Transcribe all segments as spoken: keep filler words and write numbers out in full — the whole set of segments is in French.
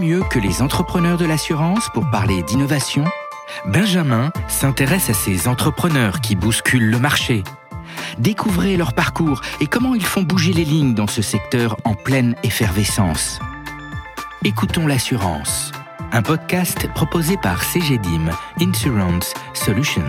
mieux que les entrepreneurs de l'assurance pour parler d'innovation ? Benjamin s'intéresse à ces entrepreneurs qui bousculent le marché. Découvrez leur parcours et comment ils font bouger les lignes dans ce secteur en pleine effervescence. Écoutons l'assurance, un podcast proposé par C G D I M Insurance Solutions.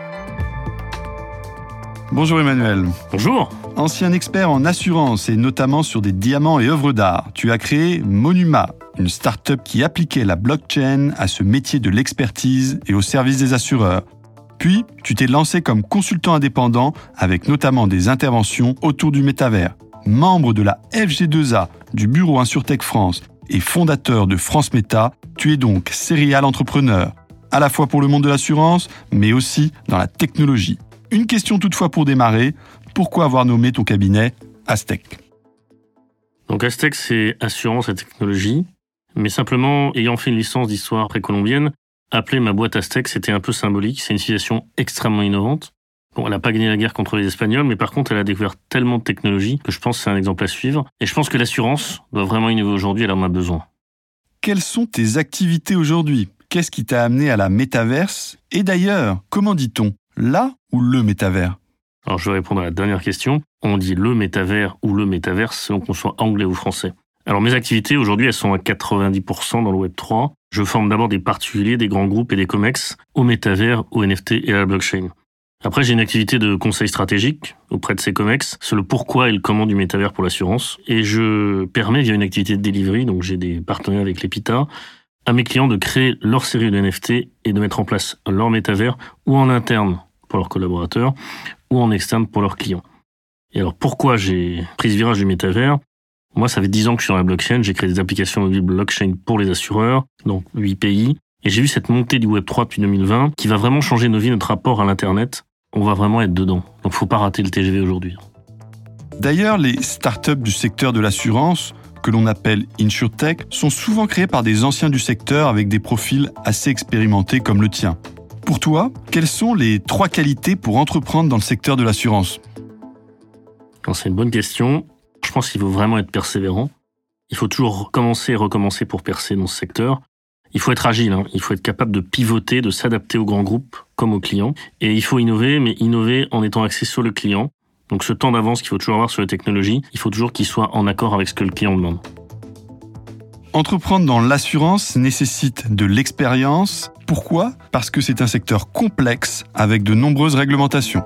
Bonjour Emmanuel. Bonjour. Ancien expert en assurance et notamment sur des diamants et œuvres d'art, tu as créé Monuma, une start-up qui appliquait la blockchain à ce métier de l'expertise et au service des assureurs. Puis, tu t'es lancé comme consultant indépendant avec notamment des interventions autour du métavers. Membre de la F G deux A du bureau Insurtech France et fondateur de France Méta, tu es donc serial entrepreneur, à la fois pour le monde de l'assurance, mais aussi dans la technologie. Une question toutefois pour démarrer, pourquoi avoir nommé ton cabinet Astec ? Donc Astec, c'est assurance et technologie, mais simplement, ayant fait une licence d'histoire précolombienne, appeler ma boîte Astec, c'était un peu symbolique. C'est une civilisation extrêmement innovante. Bon, elle n'a pas gagné la guerre contre les Espagnols, mais par contre, elle a découvert tellement de technologies que je pense que c'est un exemple à suivre. Et je pense que l'assurance doit vraiment innover aujourd'hui, elle en a besoin. Quelles sont tes activités aujourd'hui ? Qu'est-ce qui t'a amené à la métaverse ? Et d'ailleurs, comment dit-on ? La ou le métavers ? Alors, je vais répondre à la dernière question. On dit le métavers ou le métaverse selon qu'on soit anglais ou français. Alors, mes activités, aujourd'hui, elles sont à quatre-vingt-dix pour cent dans le web trois. Je forme d'abord des particuliers, des grands groupes et des comex au métavers, au N F T et à la blockchain. Après, j'ai une activité de conseil stratégique auprès de ces comex sur le pourquoi et le comment du métavers pour l'assurance. Et je permets, via une activité de delivery, donc j'ai des partenaires avec l'EPITA, à mes clients de créer leur série de N F T et de mettre en place leur métavers ou en interne pour leurs collaborateurs ou en externe pour leurs clients. Et alors, pourquoi j'ai pris ce virage du métavers ? Moi, ça fait dix ans que je suis dans la blockchain. J'ai créé des applications mobiles blockchain pour les assureurs, donc huit pays. Et j'ai vu cette montée du web trois depuis deux mille vingt qui va vraiment changer nos vies, notre rapport à l'Internet. On va vraiment être dedans. Donc, faut pas rater le T G V aujourd'hui. D'ailleurs, les startups du secteur de l'assurance, que l'on appelle InsurTech, sont souvent créées par des anciens du secteur avec des profils assez expérimentés comme le tien. Pour toi, quelles sont les trois qualités pour entreprendre dans le secteur de l'assurance ? Alors, c'est une bonne question. Je pense qu'il faut vraiment être persévérant. Il faut toujours recommencer et recommencer pour percer dans ce secteur. Il faut être agile, hein. Il faut être capable de pivoter, de s'adapter aux grands groupes comme aux clients. Et il faut innover, mais innover en étant axé sur le client. Donc ce temps d'avance qu'il faut toujours avoir sur les technologies, il faut toujours qu'il soit en accord avec ce que le client demande. Entreprendre dans l'assurance nécessite de l'expérience. Pourquoi ? Parce que c'est un secteur complexe avec de nombreuses réglementations.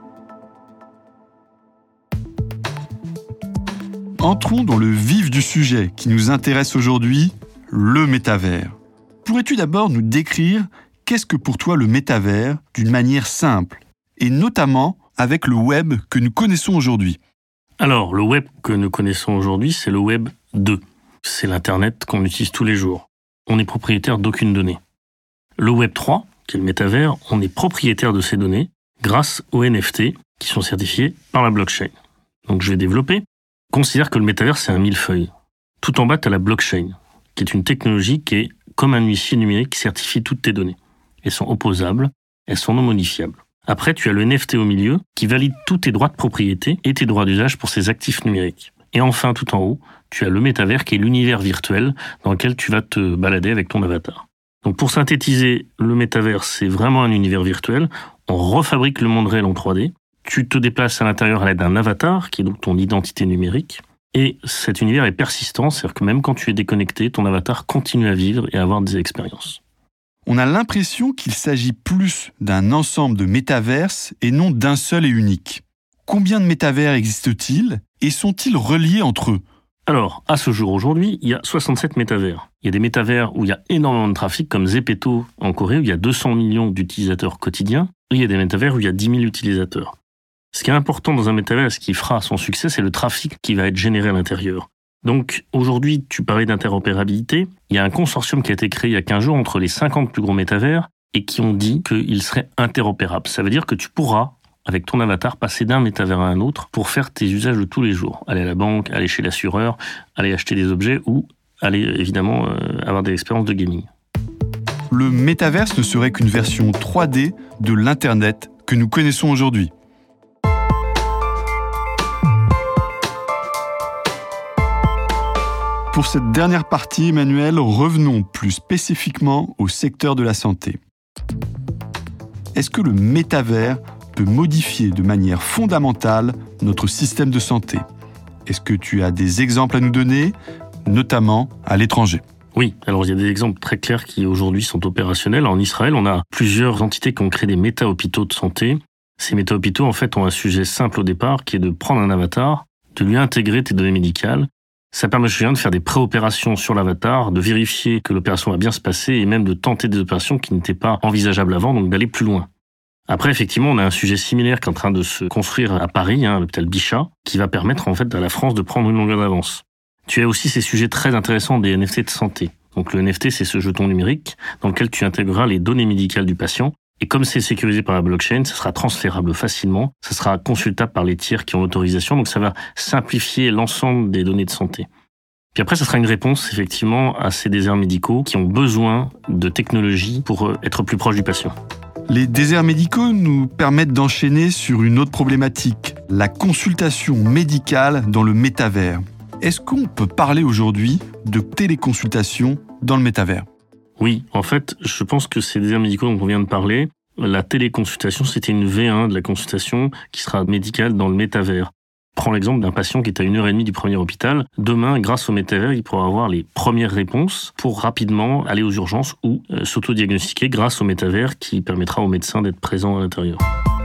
Entrons dans le vif du sujet qui nous intéresse aujourd'hui, le métavers. Pourrais-tu d'abord nous décrire qu'est-ce que pour toi le métavers d'une manière simple, et notamment avec le web que nous connaissons aujourd'hui ? Alors, le web que nous connaissons aujourd'hui, c'est le web deux. C'est l'Internet qu'on utilise tous les jours. On n'est propriétaire d'aucune donnée. Le web trois, qui est le métavers, on est propriétaire de ces données grâce aux N F T qui sont certifiés par la blockchain. Donc, je vais développer. Considère que le métavers, c'est un millefeuille. Tout en bas, tu as la blockchain, qui est une technologie qui est comme un huissier numérique qui certifie toutes tes données. Elles sont opposables, elles sont non modifiables. Après, tu as le N F T au milieu, qui valide tous tes droits de propriété et tes droits d'usage pour ces actifs numériques. Et enfin, tout en haut, tu as le métavers, qui est l'univers virtuel dans lequel tu vas te balader avec ton avatar. Donc pour synthétiser, le métavers, c'est vraiment un univers virtuel. On refabrique le monde réel en trois D. Tu te déplaces à l'intérieur à l'aide d'un avatar, qui est donc ton identité numérique. Et cet univers est persistant, c'est-à-dire que même quand tu es déconnecté, ton avatar continue à vivre et à avoir des expériences. On a l'impression qu'il s'agit plus d'un ensemble de métaverses et non d'un seul et unique. Combien de métavers existent-ils et sont-ils reliés entre eux ? Alors, à ce jour aujourd'hui, il y a soixante-sept métavers. Il y a des métavers où il y a énormément de trafic, comme Zepeto en Corée, où il y a deux cents millions d'utilisateurs quotidiens. Et il y a des métavers où il y a dix mille utilisateurs. Ce qui est important dans un métavers, ce qui fera son succès, c'est le trafic qui va être généré à l'intérieur. Donc, aujourd'hui, tu parlais d'interopérabilité. Il y a un consortium qui a été créé il y a quinze jours entre les cinquante plus gros métavers et qui ont dit qu'ils seraient interopérables. Ça veut dire que tu pourras, avec ton avatar, passer d'un métavers à un autre pour faire tes usages de tous les jours. Aller à la banque, aller chez l'assureur, aller acheter des objets ou aller, évidemment, euh, avoir des expériences de gaming. Le métaverse ne serait qu'une version trois D de l'Internet que nous connaissons aujourd'hui. Pour cette dernière partie, Emmanuel, revenons plus spécifiquement au secteur de la santé. Est-ce que le métavers peut modifier de manière fondamentale notre système de santé ? Est-ce que tu as des exemples à nous donner, notamment à l'étranger ? Oui, alors il y a des exemples très clairs qui aujourd'hui sont opérationnels. En Israël, on a plusieurs entités qui ont créé des méta-hôpitaux de santé. Ces méta-hôpitaux, en fait, ont un sujet simple au départ, qui est de prendre un avatar, de lui intégrer tes données médicales. Ça permet aux chirurgiens de faire des pré-opérations sur l'avatar, de vérifier que l'opération va bien se passer et même de tenter des opérations qui n'étaient pas envisageables avant, donc d'aller plus loin. Après, effectivement, on a un sujet similaire qui est en train de se construire à Paris, hein, l'hôpital Bichat, qui va permettre en fait à la France de prendre une longueur d'avance. Tu as aussi ces sujets très intéressants des N F T de santé. Donc le N F T, c'est ce jeton numérique dans lequel tu intégreras les données médicales du patient. Et comme c'est sécurisé par la blockchain, ça sera transférable facilement, ça sera consultable par les tiers qui ont l'autorisation, donc ça va simplifier l'ensemble des données de santé. Puis après, ça sera une réponse effectivement à ces déserts médicaux qui ont besoin de technologie pour être plus proche du patient. Les déserts médicaux nous permettent d'enchaîner sur une autre problématique, la consultation médicale dans le métavers. Est-ce qu'on peut parler aujourd'hui de téléconsultation dans le métavers ? Oui, en fait, je pense que ces déserts médicaux dont on vient de parler, la téléconsultation, c'était une V un de la consultation qui sera médicale dans le métavers. Prends l'exemple d'un patient qui est à une heure et demie du premier hôpital. Demain, grâce au métavers, il pourra avoir les premières réponses pour rapidement aller aux urgences ou euh, s'auto-diagnostiquer grâce au métavers qui permettra aux médecins d'être présents à l'intérieur.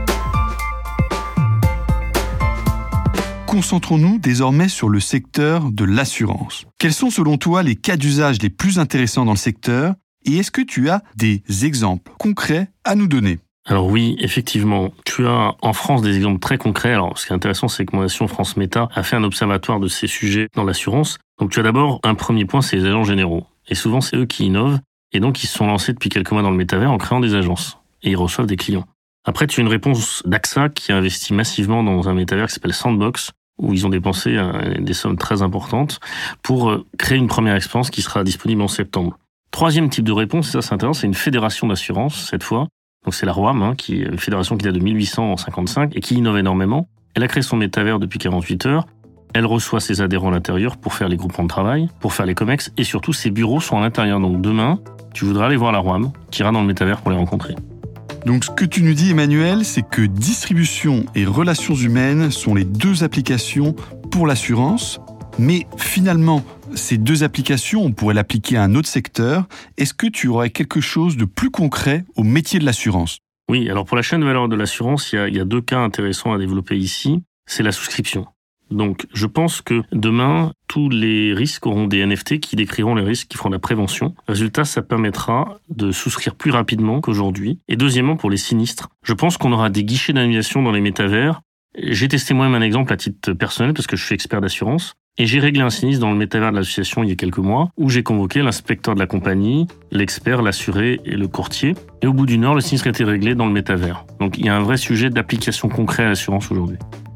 Concentrons-nous désormais sur le secteur de l'assurance. Quels sont selon toi les cas d'usage les plus intéressants dans le secteur et est-ce que tu as des exemples concrets à nous donner ? Alors oui, effectivement, tu as en France des exemples très concrets. Alors ce qui est intéressant, c'est que mon association France Méta a fait un observatoire de ces sujets dans l'assurance. Donc tu as d'abord un premier point, c'est les agents généraux. Et souvent, c'est eux qui innovent. Et donc, ils se sont lancés depuis quelques mois dans le métavers en créant des agences. Et ils reçoivent des clients. Après, tu as une réponse d'A X A qui a investi massivement dans un métavers qui s'appelle Sandbox, où ils ont dépensé des sommes très importantes pour créer une première expérience qui sera disponible en septembre. Troisième type de réponse, et ça c'est intéressant, c'est une fédération d'assurance, cette fois. Donc c'est la R O A M, hein, qui est une fédération qui date de mille huit cent cinquante-cinq et qui innove énormément. Elle a créé son métavers depuis quarante-huit heures. Elle reçoit ses adhérents à l'intérieur pour faire les groupements de travail, pour faire les comex, et surtout ses bureaux sont à l'intérieur. Donc demain, tu voudras aller voir la R O A M, qui ira dans le métavers pour les rencontrer. Donc ce que tu nous dis, Emmanuel, c'est que distribution et relations humaines sont les deux applications pour l'assurance. Mais finalement, ces deux applications, on pourrait l'appliquer à un autre secteur. Est-ce que tu aurais quelque chose de plus concret au métier de l'assurance ? Oui, alors pour la chaîne de valeur de l'assurance, il y a, il y a deux cas intéressants à développer ici. C'est la souscription. Donc je pense que demain, tous les risques auront des N F T qui décriront les risques, qui feront la prévention. Résultat, ça permettra de souscrire plus rapidement qu'aujourd'hui. Et deuxièmement, pour les sinistres, je pense qu'on aura des guichets d'annulation dans les métavers. J'ai testé moi-même un exemple à titre personnel parce que je suis expert d'assurance. Et j'ai réglé un sinistre dans le métavers de l'association il y a quelques mois, où j'ai convoqué l'inspecteur de la compagnie, l'expert, l'assuré et le courtier. Et au bout d'une heure, le sinistre a été réglé dans le métavers. Donc il y a un vrai sujet d'application concrète à l'assurance aujourd'hui.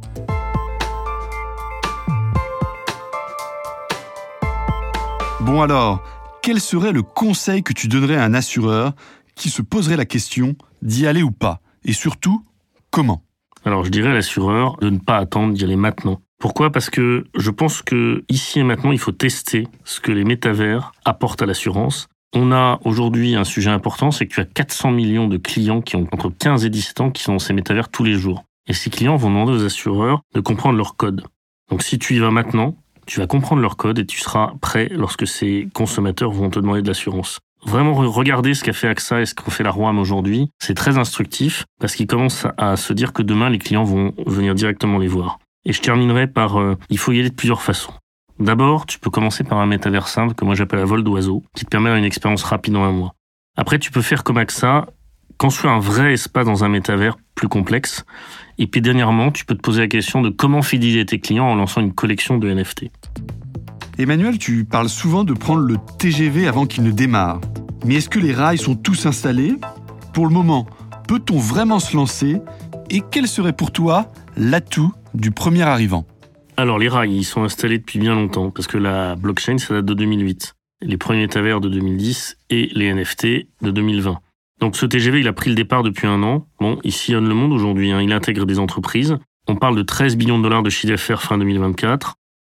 Bon alors, quel serait le conseil que tu donnerais à un assureur qui se poserait la question d'y aller ou pas ? Et surtout, comment ? Alors je dirais à l'assureur de ne pas attendre d'y aller maintenant. Pourquoi ? Parce que je pense que ici et maintenant, il faut tester ce que les métavers apportent à l'assurance. On a aujourd'hui un sujet important, c'est que tu as quatre cents millions de clients qui ont entre quinze et dix-sept ans qui sont dans ces métavers tous les jours. Et ces clients vont demander aux assureurs de comprendre leur code. Donc si tu y vas maintenant, tu vas comprendre leur code et tu seras prêt lorsque ces consommateurs vont te demander de l'assurance. Vraiment regarder ce qu'a fait A X A et ce qu'a fait la R O A M aujourd'hui, c'est très instructif parce qu'ils commencent à se dire que demain, les clients vont venir directement les voir. Et je terminerai par, euh, il faut y aller de plusieurs façons. D'abord, tu peux commencer par un métavers simple que moi j'appelle un vol d'oiseau, qui te permet d'avoir une expérience rapide en un mois. Après, tu peux faire comme A X A, construire un vrai espace dans un métavers plus complexe. Et puis dernièrement, tu peux te poser la question de comment fidéliser tes clients en lançant une collection de N F T. Emmanuel, tu parles souvent de prendre le T G V avant qu'il ne démarre. Mais est-ce que les rails sont tous installés ? Pour le moment, peut-on vraiment se lancer ? Et quel serait pour toi l'atout du premier arrivant ? Alors les rails, ils sont installés depuis bien longtemps, parce que la blockchain, ça date de deux mille huit. Les premiers métavers de deux mille dix et les N F T de deux mille vingt. Donc ce T G V, il a pris le départ depuis un an. Bon, il sillonne le monde aujourd'hui, hein. Il intègre des entreprises. On parle de treize billions de dollars de chiffre d'affaires fin deux mille vingt-quatre.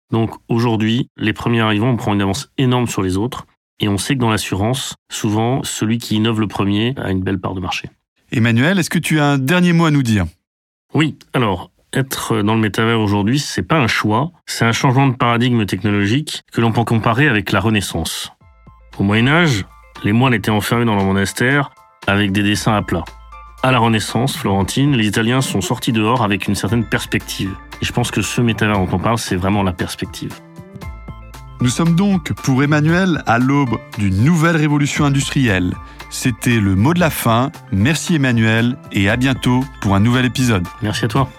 Donc aujourd'hui, les premiers arrivants, on prend une avance énorme sur les autres. Et on sait que dans l'assurance, souvent, celui qui innove le premier a une belle part de marché. Emmanuel, est-ce que tu as un dernier mot à nous dire ? Oui, alors, être dans le métavers aujourd'hui, c'est pas un choix, c'est un changement de paradigme technologique que l'on peut comparer avec la Renaissance. Au Moyen-Âge, les moines étaient enfermés dans leur monastère avec des dessins à plat. À la Renaissance florentine, les Italiens sont sortis dehors avec une certaine perspective. Et je pense que ce métavers dont on parle, c'est vraiment la perspective. Nous sommes donc, pour Emmanuel, à l'aube d'une nouvelle révolution industrielle. C'était le mot de la fin. Merci Emmanuel et à bientôt pour un nouvel épisode. Merci à toi.